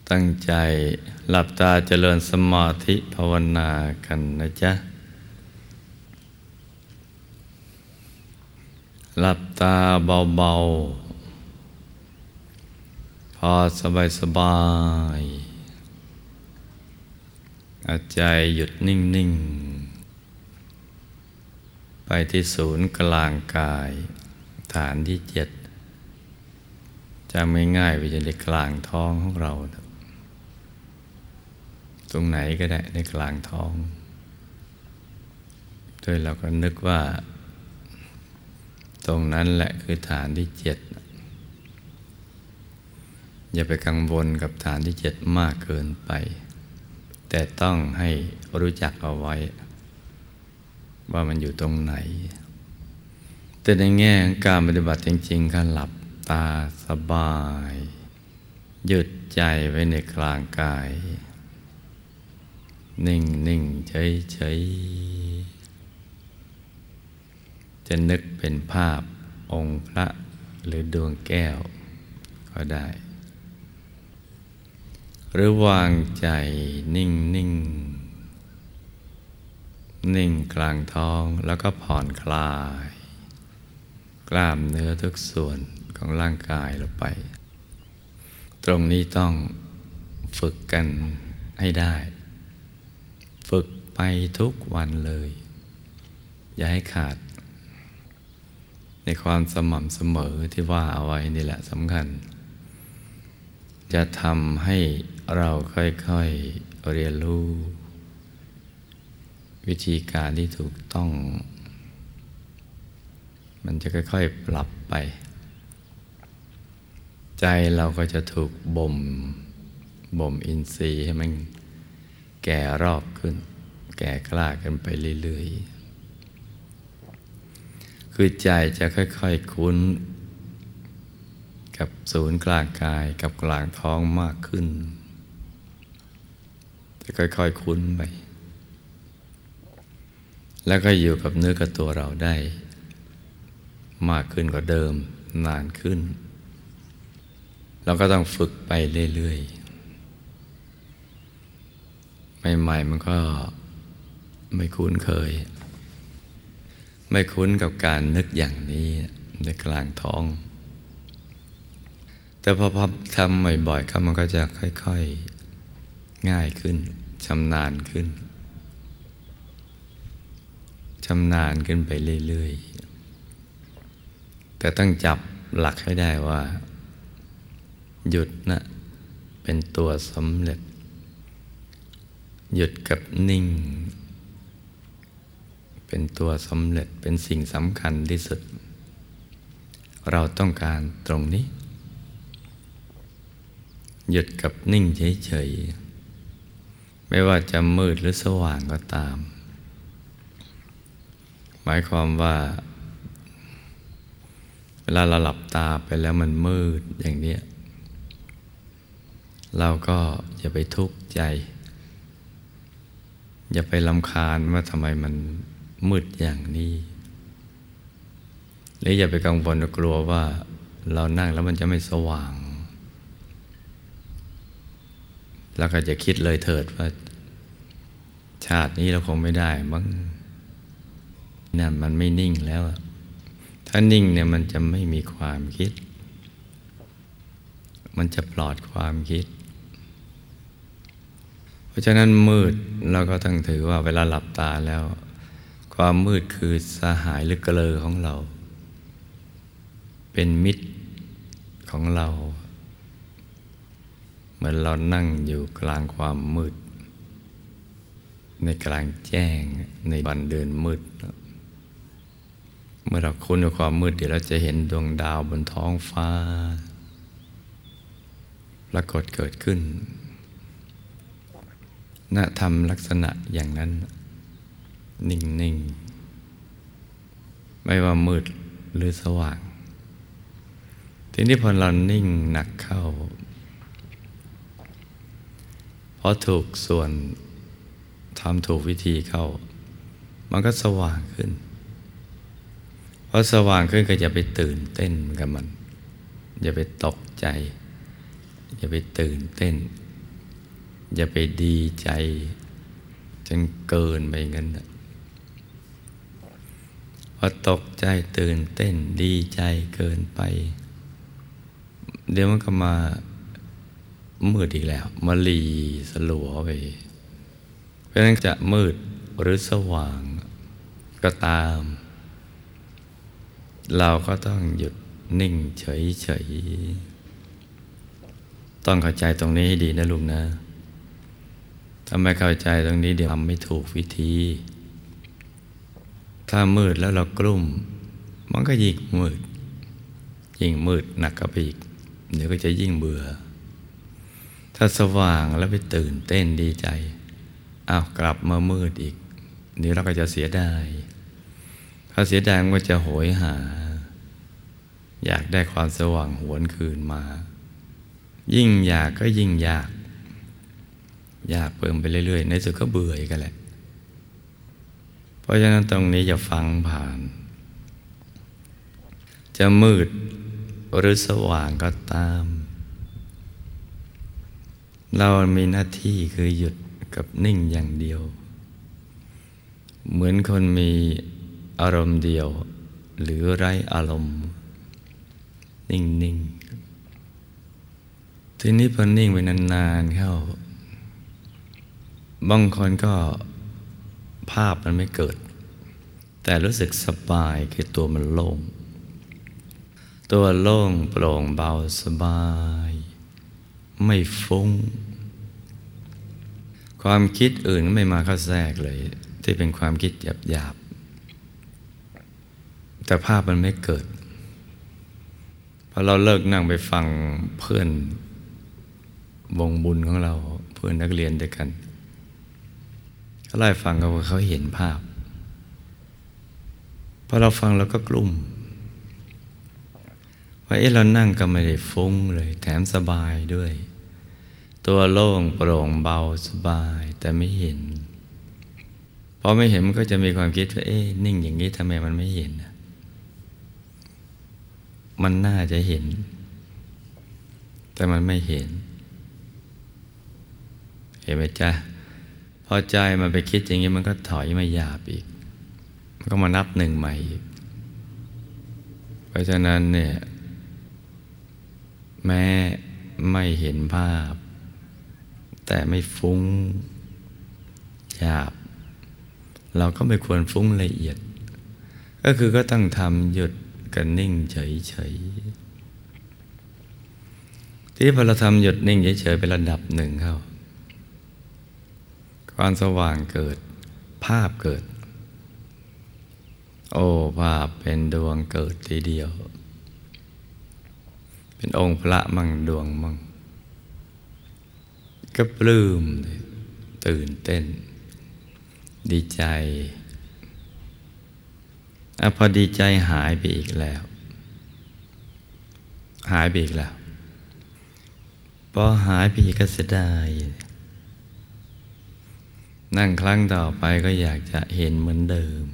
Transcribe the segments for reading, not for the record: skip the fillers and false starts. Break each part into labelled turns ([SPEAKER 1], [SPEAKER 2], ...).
[SPEAKER 1] ตั้งใจหลับตาเจริญสมาธิภาวนากันนะจ๊ะหลับตาเบาๆพอสบายๆใจหยุดนิ่งๆไปที่ศูนย์กลางกายฐานที่7จะไม่ง่ายไปจนในกลางท้องของเราตรงไหนก็ได้ในกลางท้องโดยเราก็นึกว่าตรงนั้นแหละคือฐานที่7อย่าไปกังวลกับฐานที่7มากเกินไปแต่ต้องให้รู้จักเอาไว้ว่ามันอยู่ตรงไหนแต่ในแง่ของการปฏิบัติจริงๆการหลับตาสบายหยุดใจไว้ในกลางกายนิ่งๆเฉยๆจะนึกเป็นภาพองค์พระหรือดวงแก้วก็ได้หรือวางใจนิ่งกลางท้องแล้วก็ผ่อนคลายกล้ามเนื้อทุกส่วนของร่างกายเราไปตรงนี้ต้องฝึกกันให้ได้ฝึกไปทุกวันเลยอย่าให้ขาดในความสม่ำเสมอที่ว่าเอาไว้นี่แหละสำคัญจะทำให้เราค่อยๆเรียนรู้วิธีการที่ถูกต้องมันจะค่อยๆปรับไปใจเราก็จะถูกบ่มอินทรีย์ให้มันแก่รอบขึ้นแก่กล้ากันไปเรื่อยๆคือใจจะค่อยๆคุ้นกับศูนย์กลางกายกับกลางท้องมากขึ้นจะค่อยๆคุ้นไปแล้วก็อยู่กับเนื้อกับตัวเราได้มากขึ้นกว่าเดิมนานขึ้นเราก็ต้องฝึกไปเรื่อยๆใหม่ๆมันก็ไม่คุ้นเคยไม่คุ้นกับการนึกอย่างนี้ในกลางท้องแต่พอทำบ่อยๆครับมันก็จะค่อยๆง่ายขึ้นชำนาญขึ้นไปเรื่อยๆแต่ต้องจับหลักให้ได้ว่าหยุดนะเป็นตัวสำเร็จหยุดกับนิ่งเป็นตัวสำเร็จเป็นสิ่งสำคัญที่สุดเราต้องการตรงนี้หยุดกับนิ่งเฉยๆไม่ว่าจะมืดหรือสว่างก็ตามหมายความว่าเวลาเราหลับตาไปแล้วมันมืดอย่างนี้เราก็อย่าไปทุกข์ใจอย่าไปรำคาญว่าทำไมมันมืดอย่างนี้หรืออย่าไปกังวลกลัวว่าเรานั่งแล้วมันจะไม่สว่างแล้วก็จะคิดเลยเถิดว่าชาตินี้เราคงไม่ได้มั้งนั่นมันไม่นิ่งแล้วถ้านิ่งเนี่ยมันจะไม่มีความคิดมันจะปลอดความคิดเพราะฉะนั้นมืดเราก็ต้องถือว่าเวลาหลับตาแล้วความมืดคือสหายหรือเกลอของเราเป็นมิตรของเราเหมือนเรานั่งอยู่กลางความมืดในกลางแจ้งในวันเดือนมืดเมื่อเราคุ้นกับความมืดเดี๋ยวเราจะเห็นดวงดาวบนท้องฟ้าปรากฏเกิดขึ้นณธรรมลักษณะอย่างนั้นนิ่งไม่ว่ามืดหรือสว่างทีนี้พอเรานิ่งหนักเข้าพอถูกส่วนทำถูกวิธีเข้ามันก็สว่างขึ้นพอสว่างขึ้นก็อย่าไปตื่นเต้นกับมันอย่าไปตกใจอย่าไปตื่นเต้นอย่าไปดีใจจนเกินไปงั้นพอตกใจตื่นเต้นดีใจเกินไปเดี๋ยวมันก็มามืดอีกแล้วมาหลีสลัวไปเพราะฉะนั้นจะมืดหรือสว่างก็ตามเราก็ต้องหยุดนิ่งเฉยๆต้องเข้าใจตรงนี้ให้ดีนะลุงนะถ้าไม่เข้าใจตรงนี้เดี๋ยวทำไม่ถูกวิธีถ้ามืดแล้วเรากลุ้มมันก็ยิ่งมืดหนักกับอีกเดี๋ยวก็จะยิ่งเบื่อถ้าสว่างแล้วไปตื่นเต้นดีใจกลับมามืดอีกเดี๋ยวเราก็จะเสียดายถ้าเสียดายมันก็จะโหยหาอยากได้ความสว่างหวนคืนมายิ่งอยากก็ยิ่งอยากเพิ่มไปเรื่อยๆในสุดก็เบื่อกันแหละเพราะฉะนั้นตรงนี้อย่าฟังผ่านจะมืดหรือสว่างก็ตามเรามีหน้าที่คือหยุดกับนิ่งอย่างเดียวเหมือนคนมีอารมณ์เดียวหรือไร้อารมณ์นิ่งทีนี้พอนิ่งไปนานๆเข้าบางคนก็ภาพมันไม่เกิดแต่รู้สึกสบายคือตัวมันโล่งโปร่งเบาสบายไม่ฟุ้งความคิดอื่นไม่มาเข้าแทรกเลยที่เป็นความคิดหยาบๆแต่ภาพมันไม่เกิดพอเราเลิกนั่งไปฟังเพื่อนวงบุญของเราเพื่อนนักเรียนด้วยกันเขาไล่ฟังเขาว่าเขาเห็นภาพพอเราฟังเราก็กลุ้มว่าเรานั่งก็ไม่ได้ฟุ้งเลยแถมสบายด้วยตัวโล่งโปร่งเบาสบายแต่ไม่เห็นพอไม่เห็นมันก็จะมีความคิดว่านิ่งอย่างนี้ทำไมมันไม่เห็นมันน่าจะเห็นแต่มันไม่เห็นเห็นไหมจ๊ะพอใจมันไปคิดอย่างนี้มันก็ถอยมาหยาบอีกมันก็มานับหนึ่งใหม่อีกเพราะฉะนั้นเนี่ยแม้ไม่เห็นภาพแต่ไม่ฟุ้งหยาบเราก็ไม่ควรฟุ้งละเอียดก็คือก็ต้องทำหยุดกันนิ่งเฉยๆที่พอเราทำหยุดนิ่งเฉยๆเป็นระดับหนึ่งเข้าความสว่างเกิดภาพเกิดภาพเป็นดวงเกิดทีเดียวเป็นองค์พระมั่งดวงมั่งก็ปลื้มตื่นเต้นดีใจพอดีใจหายไปอีกแล้วพอหายไปอีกก็เสียดายนั่งครั้งต่อไปก็อยากจะเห็นเหมือนเดิม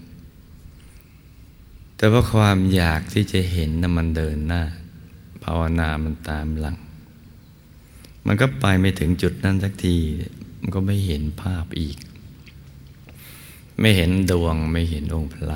[SPEAKER 1] แต่ว่าความอยากที่จะเห็นมันเดินหน้าภาวนามันตามหลังมันก็ไปไม่ถึงจุดนั้นสักทีมันก็ไม่เห็นภาพอีกไม่เห็นดวงไม่เห็นองค์พระ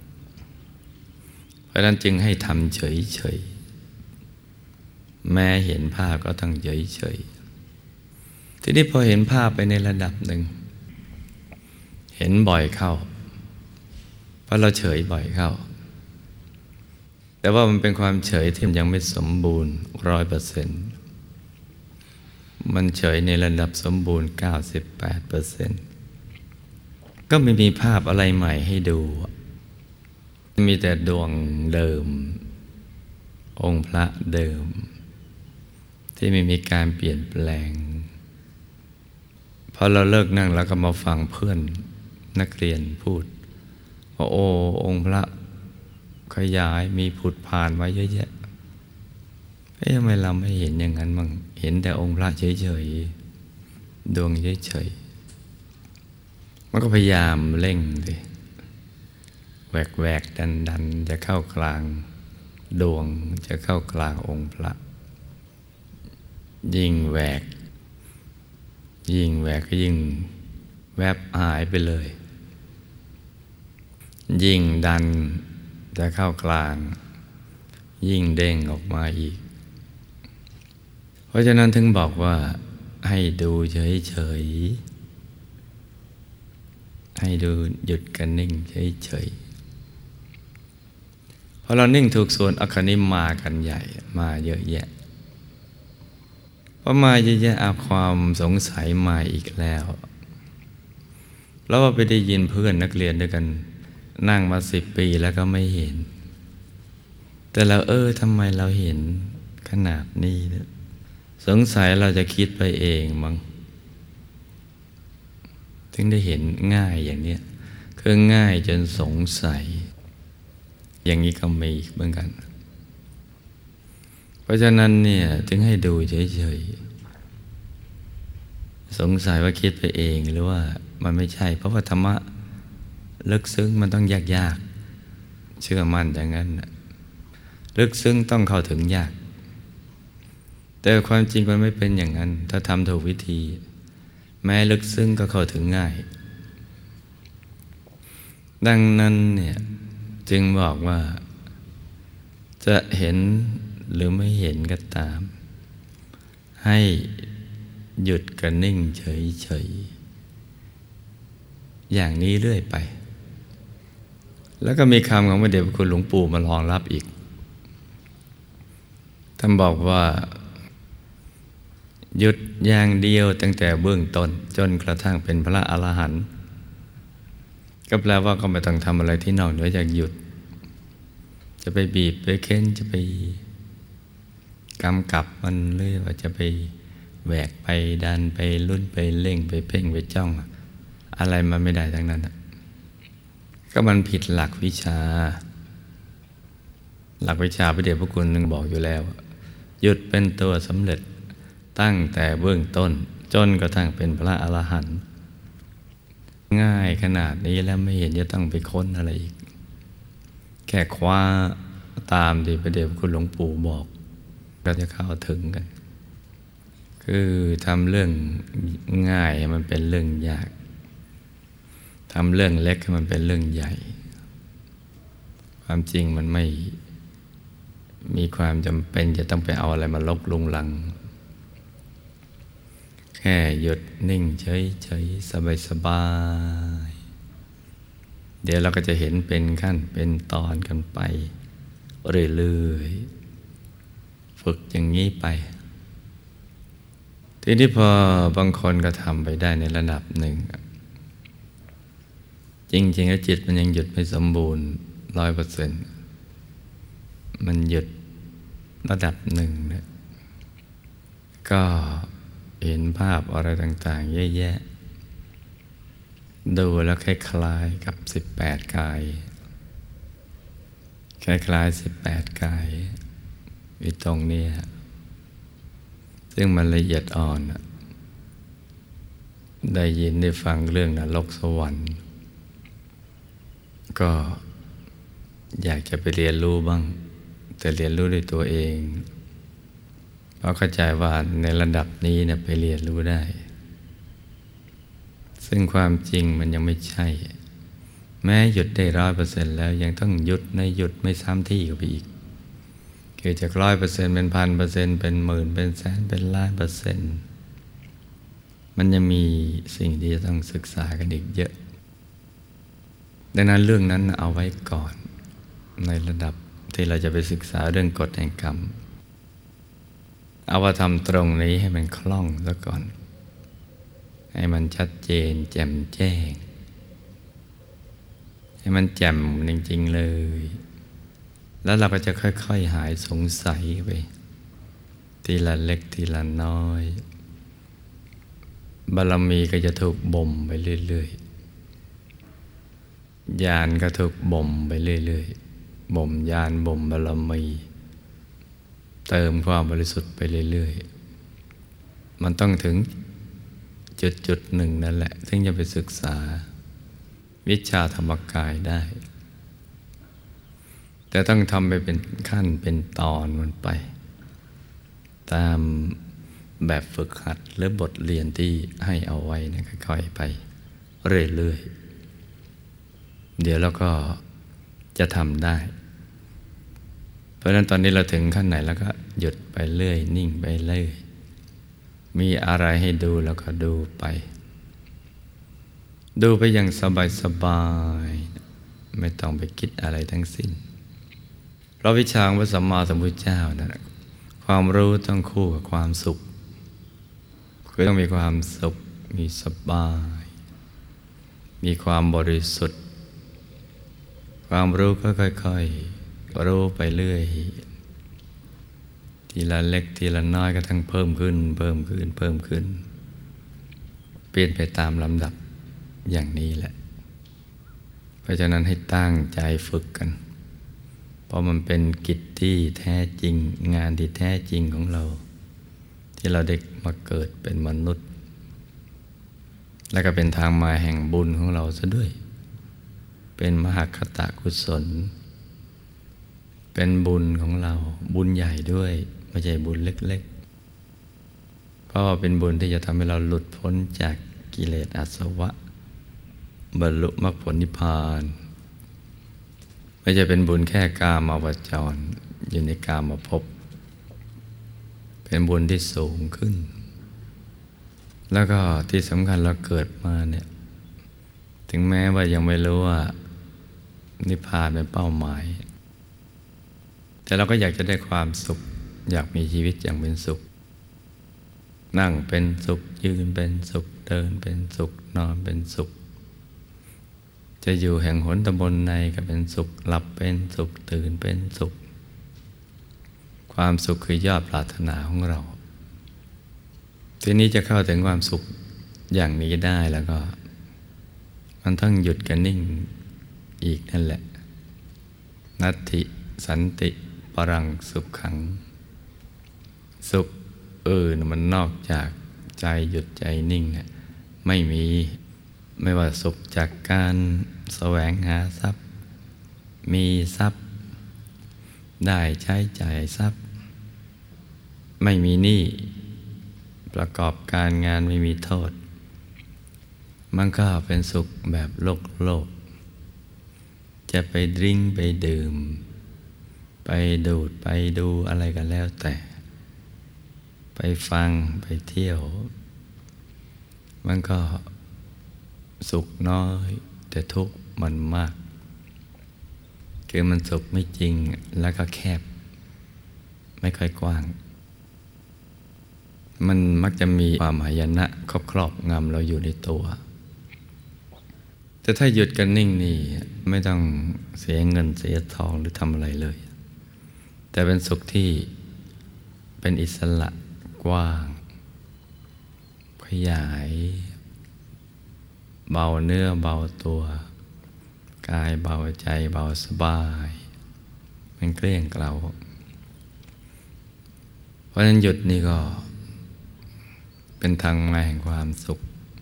[SPEAKER 1] เพราะฉะนั้นจึงให้ทำเฉยๆแม้เห็นภาพก็ต้องเฉยๆทีนี้พอเห็นภาพไปในระดับหนึ่งเห็นบ่อยเข้าเพราะเราเฉยบ่อยเข้าแต่ว่ามันเป็นความเฉยที่ยังไม่สมบูรณ์ 100%มันเฉยในระดับสมบูรณ์ 98% ก็ไม่มีภาพอะไรใหม่ให้ดูมีแต่ดวงเดิมองค์พระเดิมที่ไม่มีการเปลี่ยนแปลงพอเราเลิกนั่งแล้วก็มาฟังเพื่อนนักเรียนพูดว่าองค์พระขยายมีผุดผ่านไว้เยอะแยะทำไมเราไม่เห็นอย่างนั้นมั่งเห็นแต่องค์พระเฉยๆดวงเฉยๆมันก็พยายามเร่งดิแหวกดันจะเข้ากลางดวงจะเข้ากลางองค์พระยิ่งแหวกยิ่งแหวกก็ยิ่งแวบหายไปเลยยิ่งดันจะเข้ากลางยิ่งเด้งออกมาอีกเพราะฉะนั้นถึงบอกว่าให้ดูเฉยๆให้ดูหยุดกันนิ่งเฉยๆพอเรานิ่งถูกส่วนอาคานิมากันใหญ่มาเยอะแยะพอมาเยอะแยะเอาความสงสัยมาอีกแล้วแล้วว่าไปได้ยินเพื่อนนักเรียนด้วยกันนั่งมา10 ปีแล้วก็ไม่เห็นแต่เราทำไมเราเห็นขนาดนี้เนี่ยสงสัยเราจะคิดไปเองมั้งถึงได้เห็นง่ายอย่างเนี้ยคือง่ายจนสงสัยอย่างนี้ก็มีเหมือนกันเพราะฉะนั้นเนี่ยถึงให้ดูเฉยๆสงสัยว่าคิดไปเองหรือว่ามันไม่ใช่เพราะว่าธรรมะลึกซึ้งมันต้องยากๆเชื่อมั่นอย่างนั้นลึกซึ้งต้องเข้าถึงยากแต่ความจริงมันไม่เป็นอย่างนั้นถ้าทำถูกวิธีแม้ลึกซึ้งก็เข้าถึงง่ายดังนั้นเนี่ยจึงบอกว่าจะเห็นหรือไม่เห็นก็ตามให้หยุดกับนิ่งเฉยๆอย่างนี้เรื่อยไปแล้วก็มีคำของพระเดชพระคุณหลวงปู่มารองรับอีกท่านบอกว่าหยุดอย่างเดียวตั้งแต่เบื้องต้นจนกระทั่งเป็นพระอรหันต์ก็แปลว่าก็ไม่ต้องทำอะไรที่นอกเหนือจากหยุดจะไปบีบไปเค้นจะไปกำกับมันหรือว่าจะไปแหวกไปดันไปลุ้นไปเล่งไปเพ่งไปจ้องอะไรมันไม่ได้ทั้งนั้นก็มันผิดหลักวิชาหลักวิชาพระเดชพระคุณนึงบอกอยู่แล้วหยุดเป็นตัวสำเร็จตั้งแต่เบื้องต้นจนกระทั่งเป็นพระอรหันต์ง่ายขนาดนี้แล้วไม่เห็นจะต้องไปค้นอะไรอีกแค่คว้าตามที่พระเดชพระคุณหลวงปู่บอกก็จะเข้าถึงกันคือทำเรื่องง่ายให้มันเป็นเรื่องยากทำเรื่องเล็กให้มันเป็นเรื่องใหญ่ความจริงมันไม่มีความจำเป็นจะต้องไปเอาอะไรมาลบลุงลังแค่หยุดนิ่งเฉยๆสบายๆเดี๋ยวเราก็จะเห็นเป็นขั้นเป็นตอนกันไปเรื่อยๆฝึกอย่างนี้ไปทีนี้พอบางคนก็ทำไปได้ในระดับหนึ่งจริงๆแล้วจิตมันยังหยุดไม่สมบูรณ์ 100%มันหยุดระดับหนึ่งเนี่ยก็เห็นภาพอะไรต่างๆเยอะแยะดูแล้วคล้ายๆกับ18 กายคล้ายๆ18 กายอยู่ตรงนี้ซึ่งมันละเอียดอ่อนได้ยินได้ฟังเรื่องนรกสวรรค์ก็อยากจะไปเรียนรู้บ้างแต่เรียนรู้ด้วยตัวเองเพราะเข้าใจว่าในระดับนี้เนี่ยไปเรียนรู้ได้ซึ่งความจริงมันยังไม่ใช่แม้หยุดได้100%แล้วยังต้องหยุดในหยุดไม่ซ้ำที่กับไปอีกคือจาก100%เป็น1,000%เป็นหมื่นเป็นแสนเป็นล้าน%มันยังมีสิ่งที่จะต้องศึกษากันอีกเยอะดังนั้นเรื่องนั้นเอาไว้ก่อนในระดับที่เราจะไปศึกษาเรื่องกฎแห่งกรรมเอาว่าทำตรงนี้ให้มันคล่องซะก่อนให้มันชัดเจนแจ่มแจ้งให้มันแจ่มจริงๆเลยแล้วเราก็จะค่อยๆหายสงสัยไปทีละเล็กทีละน้อยบารมีก็จะถูกบ่มไปเรื่อยๆญาณก็ถูกบ่มไปเรื่อยๆบ่มญาณบ่มบารมีเติมความบริสุทธิ์ไปเรื่อยๆมันต้องถึงจุดหนึ่งนั่นแหละถึงจะไปศึกษาวิชาธรรมกายได้แต่ต้องทำไปเป็นขั้นเป็นตอนมันไปตามแบบฝึกหัดหรือบทเรียนที่ให้เอาไว้นะค่อยๆไปเรื่อยๆเดี๋ยวเราก็จะทำได้ เพราะฉะนั้นตอนนี้เราถึงขั้นไหนแล้วก็หยุดไปเรื่อยนิ่งไปเรื่อยมีอะไรให้ดูแล้วก็ดูไปอย่างสบายๆไม่ต้องไปคิดอะไรทั้งสิ้นเพราะวิชาของพระสัมมาสัมพุทธเจ้านะความรู้ต้องคู่กับความสุขคือต้องมีความสุขมีสบายมีความบริสุทธิ์ความรู้ก็ค่อยๆรู้ไปเรื่อยทีละเล็กทีละน้อยก็ทั้งเพิ่มขึ้นเปลี่ยนไปตามลำดับอย่างนี้แหละเพราะฉะนั้นให้ตั้งใจฝึกกันเพราะมันเป็นกิจที่แท้จริงงานที่แท้จริงของเราที่เราได้มาเกิดเป็นมนุษย์และก็เป็นทางมาแห่งบุญของเราซะด้วยเป็นมหคตกุศลเป็นบุญของเราบุญใหญ่ด้วยไม่ใช่บุญเล็กๆเพราะว่าเป็นบุญที่จะทำให้เราหลุดพ้นจากกิเลสอาสวะบรรลุมรรคผลนิพพานไม่ใช่เป็นบุญแค่กามาวจรอยู่ในกามภพเป็นบุญที่สูงขึ้นแล้วก็ที่สำคัญเราเกิดมาเนี่ยถึงแม้ว่ายังไม่รู้ว่านิพพานเป็นเป้าหมายแต่เราก็อยากจะได้ความสุขอยากมีชีวิตอย่างเป็นสุขนั่งเป็นสุขยืนเป็นสุขเดินเป็นสุขนอนเป็นสุขจะอยู่แห่งหนตำบลในก็เป็นสุขหลับเป็นสุขตื่นเป็นสุขความสุขคือยอดปรารถนาของเราทีนี้จะเข้าถึงความสุขอย่างนี้ได้แล้วก็มันต้องหยุดกันนิ่งอีกนั่นแหละนัตถิสันติปรังสุขขังสุขอื่นมันนอกจากใจหยุดใจนิ่งเนี่ยไม่มีไม่ว่าสุขจากการแสวงหาทรัพย์มีทรัพย์ได้ใช้จ่ายทรัพย์ไม่มีหนี้ประกอบการงานไม่มีโทษมันก็เป็นสุขแบบโลกจะไปดื่มไปดื่มไปดูดไปดูอะไรกันแล้วแต่ไปฟังไปเที่ยวมันก็สุขน้อยแต่ทุกข์มันมากคือมันสุขไม่จริงแล้วก็แคบไม่ค่อยกว้างมันมักจะมีความหายนะครอบงำเราอยู่ในตัวแต่ถ้าหยุดกันนิ่งนี่ไม่ต้องเสียเงินเสียทองหรือทำอะไรเลยแต่เป็นสุขที่เป็นอิสระกว้างขยายเบาเนื้อเบาตัวกายเบาใจเบาสบายมันเกลี้ยงเกลาเพราะฉะนั้นหยุดนี่ก็เป็นทางมาแห่งความสุข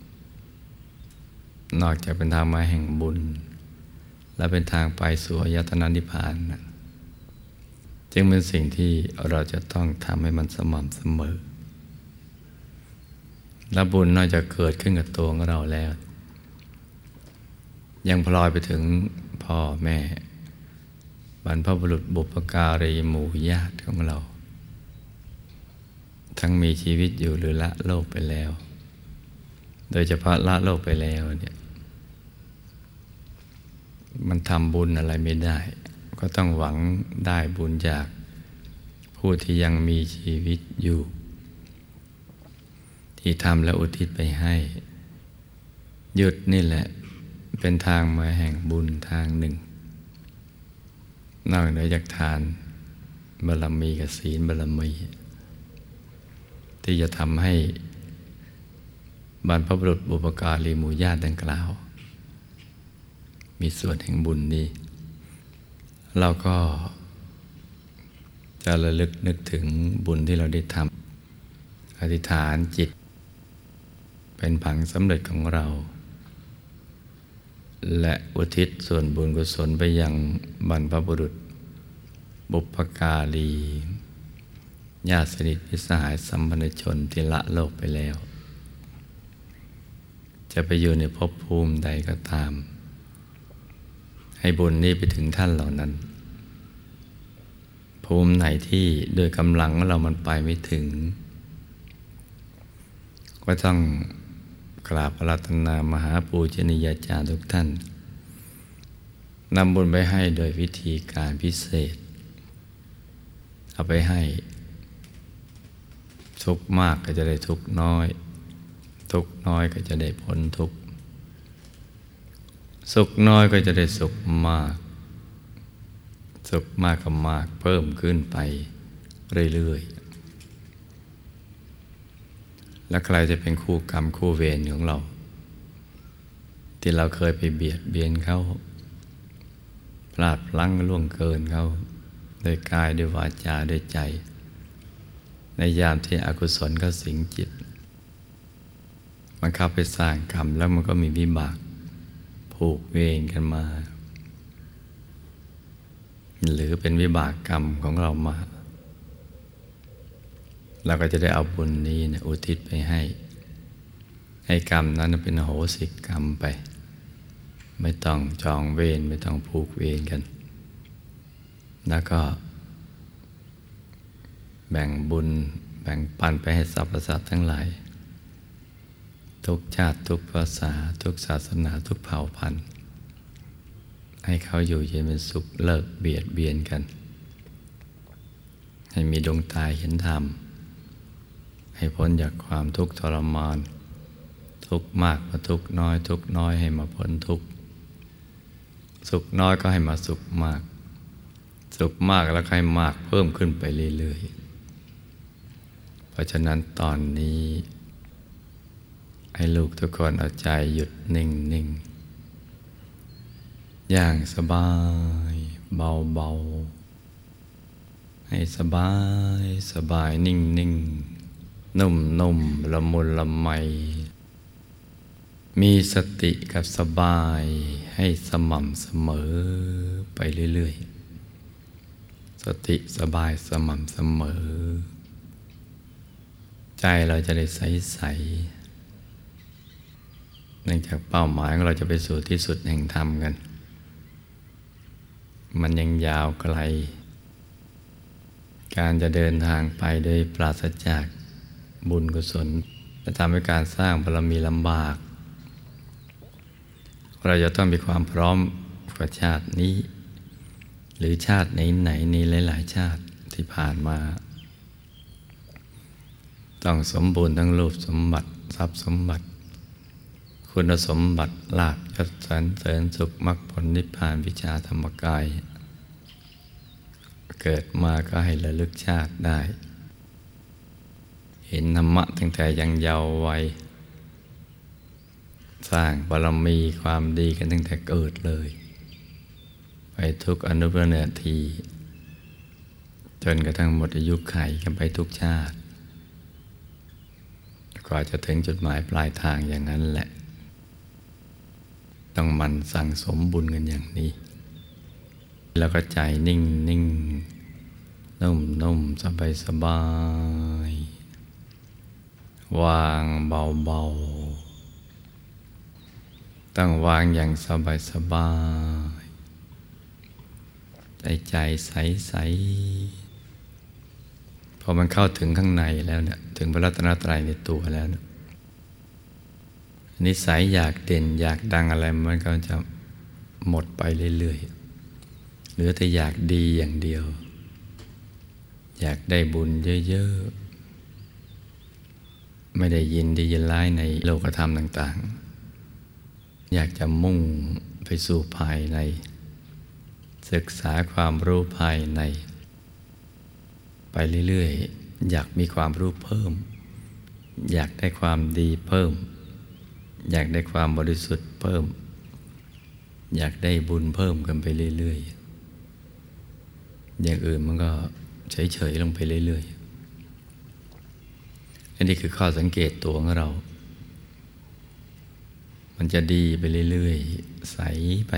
[SPEAKER 1] นอกจากเป็นทางมาแห่งบุญและเป็นทางไปสู่อายตนะนิพพานนะจึงเป็นสิ่งที่เราจะต้องทำให้มันสม่ำเสมอและบุญนอกจากเกิดขึ้นกับตัวของเราแล้วยังพลอยไปถึงพ่อแม่บรรพบุรุษบุพการีหมู่ญาติของเราทั้งมีชีวิตอยู่หรือละโลกไปแล้วโดยเฉพาะละโลกไปแล้วเนี่ยมันทำบุญอะไรไม่ได้ก็ต้องหวังได้บุญจากผู้ที่ยังมีชีวิตอยู่ที่ทำและอุทิศไปให้หยุดนี่แหละเป็นทางมาแห่งบุญทางหนึ่งนอกเหนือจากทานบารมีกับศีลบารมีที่จะทำให้บรรพบุรุษบุพการีหมู่ญาติดังกล่าวมีส่วนแห่งบุญนี้เราก็จะระลึกนึกถึงบุญที่เราได้ทำอธิษฐานจิตเป็นผังสำเร็จของเราและอุทิศส่วนบุญกุศลไปยังบรรพบุรุษบุพการีญาติสนิทมิตรสหายสัมพันธชนที่ละโลกไปแล้ว จะไปอยู่ในภพภูมิใดก็ตามให้บุญนี้ไปถึงท่านเหล่านั้นภูมิไหนที่โดยกำลังของเรามันไปไม่ถึงก็ต้องกราบอาราธนามหาปูชนียาจารย์ทุกท่านนำบุญไปให้โดยวิธีการพิเศษเอาไปให้ทุกข์มากก็จะได้ทุกข์น้อยทุกข์น้อยก็จะได้พ้นทุกข์สุขน้อยก็จะได้สุขมากสุขมากก็มากเพิ่มขึ้นไปเรื่อยๆและใครจะเป็นคู่กรรมคู่เวรของเราที่เราเคยไปเบียดเบียนเขาพลาดพลั้งล่วงเกินเขาโดยกายด้วยวาจาด้วยใจในยามที่อกุศลก็สิงจิตมันเข้าไปสร้างกรรมแล้วมันก็มีวิบากผูกเวรกันมาหรือเป็นวิบากกรรมของเรามาเราก็จะได้เอาบุญนี้เนี่ยอุทิศไปให้กรรมนั้นเป็นโหสิกรรมไปไม่ต้องจองเวรไม่ต้องผูกเวรกันแล้วก็แบ่งบุญแบ่งปันไปให้สรรพสัตว์ทั้งหลายทุกชาติทุกภาษาทุกศาสนาทุกเผ่าพันธุ์ให้เขาอยู่เย็นเป็นสุขเลิกเบียดเบียนกันให้มีดวงตาเห็นธรรมให้พ้นจากความทุกข์ทรมานทุกข์มากมาทุกข์น้อยทุกข์น้อยให้มาพ้นทุกข์สุขน้อยก็ให้มาสุขมากสุขมากแล้วให้มากเพิ่มขึ้นไปเรื่อยๆเพราะฉะนั้นตอนนี้ให้ลูกทุกคนเอาใจหยุดนิ่งๆอย่างสบายเบาๆให้สบายนิ่งๆนุ่มๆละมุนละไมมีสติกับสบายให้สม่ำเสมอไปเรื่อยๆสติสบายสม่ำเสมอใจเราจะได้ใสๆเนื่องจากเป้าหมายของเราจะไปสู่ที่สุดแห่งธรรมกันมันยังยาวไกลการจะเดินทางไปโดยปราศจากบุญกุศลจะทำให้การสร้างบารมีลำบากเราจะต้องมีความพร้อมกว่าชาตินี้หรือชาติไหนๆในหลายๆชาติที่ผ่านมาต้องสมบูรณ์ทั้งรูปสมบัติทรัพย์สมบัติคุณสมบัติลาภยศสรรเสริญสุขมรรคผลนิพพานวิชาธรรมกายเกิดมาก็ให้ระลึกชาติได้เห็นธรรมะตั้งแต่ยังเยาว์วัยสร้างบารมีความดีกันตั้งแต่เกิดเลยไปทุกอนุปนาทีจนกระทั่งหมดอายุขัยกันไปทุกชาติกว่าจะถึงจุดหมายปลายทางอย่างนั้นแหละต้องหมั่นสั่งสมบุญกันอย่างนี้แล้วก็ใจนิ่งนุ่มสบายวางเบาต้องวางอย่างสบายใจใสพอมันเข้าถึงข้างในแล้วเนี่ยถึงพระรัตนตรัยในตัวแล้วเนี่ยนิสัยอยากเด่นอยากดังอะไรมันก็จะหมดไปเรื่อยๆเหลือแต่อยากดีอย่างเดียวอยากได้บุญเยอะๆไม่ได้ยินดียินร้ายในโลกธรรมต่างๆอยากจะมุ่งไปสู่ภายในศึกษาความรู้ภายในไปเรื่อยๆอยากมีความรู้เพิ่มอยากได้ความดีเพิ่มอยากได้ความบริสุทธิ์เพิ่มอยากได้บุญเพิ่มกันไปเรื่อยๆอย่างอื่นมันก็เฉยๆลงไปเรื่อยๆอันนี้คือข้อสังเกตตัวของเรามันจะดีไปเรื่อยๆใสไป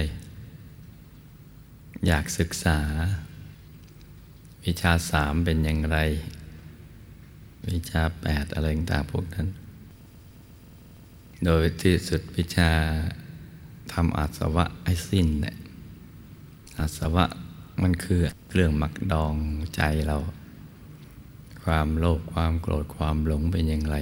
[SPEAKER 1] อยากศึกษาวิชา3เป็นอย่างไรวิชา8อะไรต่างๆพวกนั้นโดยที่สุดวิชาทำอาสวะให้สิ้นเนี่ยอาสวะมันคือเครื่องหมักดองใจเราความโลภความโกรธความหลงเป็นอย่างไร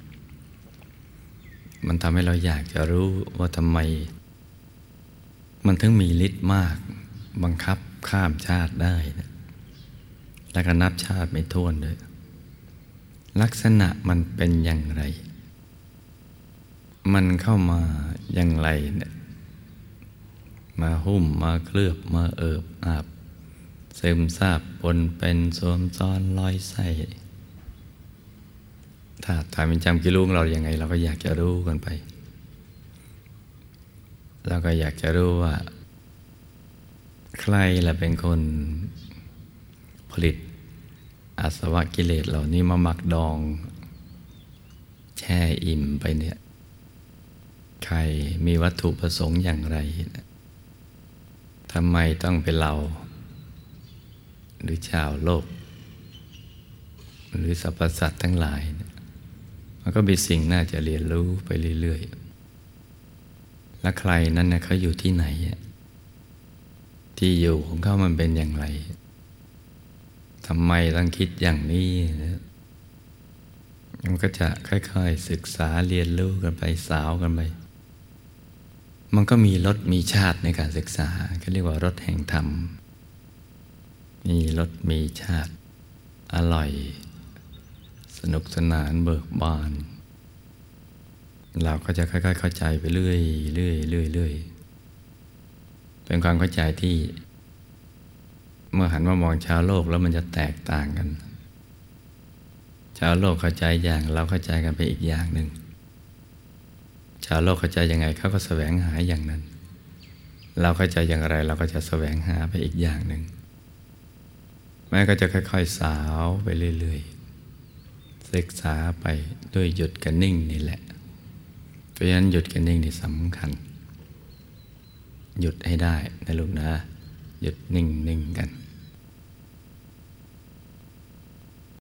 [SPEAKER 1] มันทำให้เราอยากจะรู้ว่าทำไมมันถึงมีฤทธิ์มากบังคับข้ามชาติได้นะแล้วก็นับชาติไม่ถ้วนเลยลักษณะมันเป็นอย่างไรมันเข้ามาอย่างไรเนี่ยมาหุ้มมาเคลือบมาเอิบอาบซึมซาบปนเป็นสวมซ้อนลอยไส้ถ้ามันจำกิรู้ของเราอย่างไงเราก็อยากจะรู้กันไปเราก็อยากจะรู้ว่าใครล่ะเป็นคนผลิตอาสวะกิเลสเหล่านี้มาหมักดองแช่อิ่มไปเนี่ยใครมีวัตถุประสงค์อย่างไรทำไมต้องเป็นเราหรือชาวโลกหรือสรรพสัตว์ทั้งหลายมันก็มีสิ่งน่าจะเรียนรู้ไปเรื่อยๆและใครนั้นนะเขาอยู่ที่ไหนที่อยู่ของเขามันเป็นอย่างไรทำไมต้องคิดอย่างนี้มันก็จะค่อยๆศึกษาเรียนรู้กันไปสาวกันไปมันก็มีรสมีชาติในการศึกษาก็เรียกว่ารสแห่งธรรมมีรสมีชาติอร่อยสนุกสนานเบิกบานเราก็จะค่อยๆเข้าใจไปเรื่อยเป็นความเข้าใจที่เมื่อหันมามองชาวโลกแล้วมันจะแตกต่างกันชาวโลกเข้าใจอย่างเราเข้าใจกันไปอีกอย่างหนึ่งชาวโลกเข้าใจยังไงเขาก็แสวงหาอย่างนั้นเราเข้าใจอย่างไรเราก็จะแสวงหาไปอีกอย่างหนึ่งแม้ก็จะค่อยๆสาวไปเรื่อยๆศึกษาไปด้วยหยุดกับนิ่งนี่แหละเพราะฉะนั้นหยุดกับนิ่งนี่สำคัญหยุดให้ได้นะลูกนะหยุดนิ่งๆกัน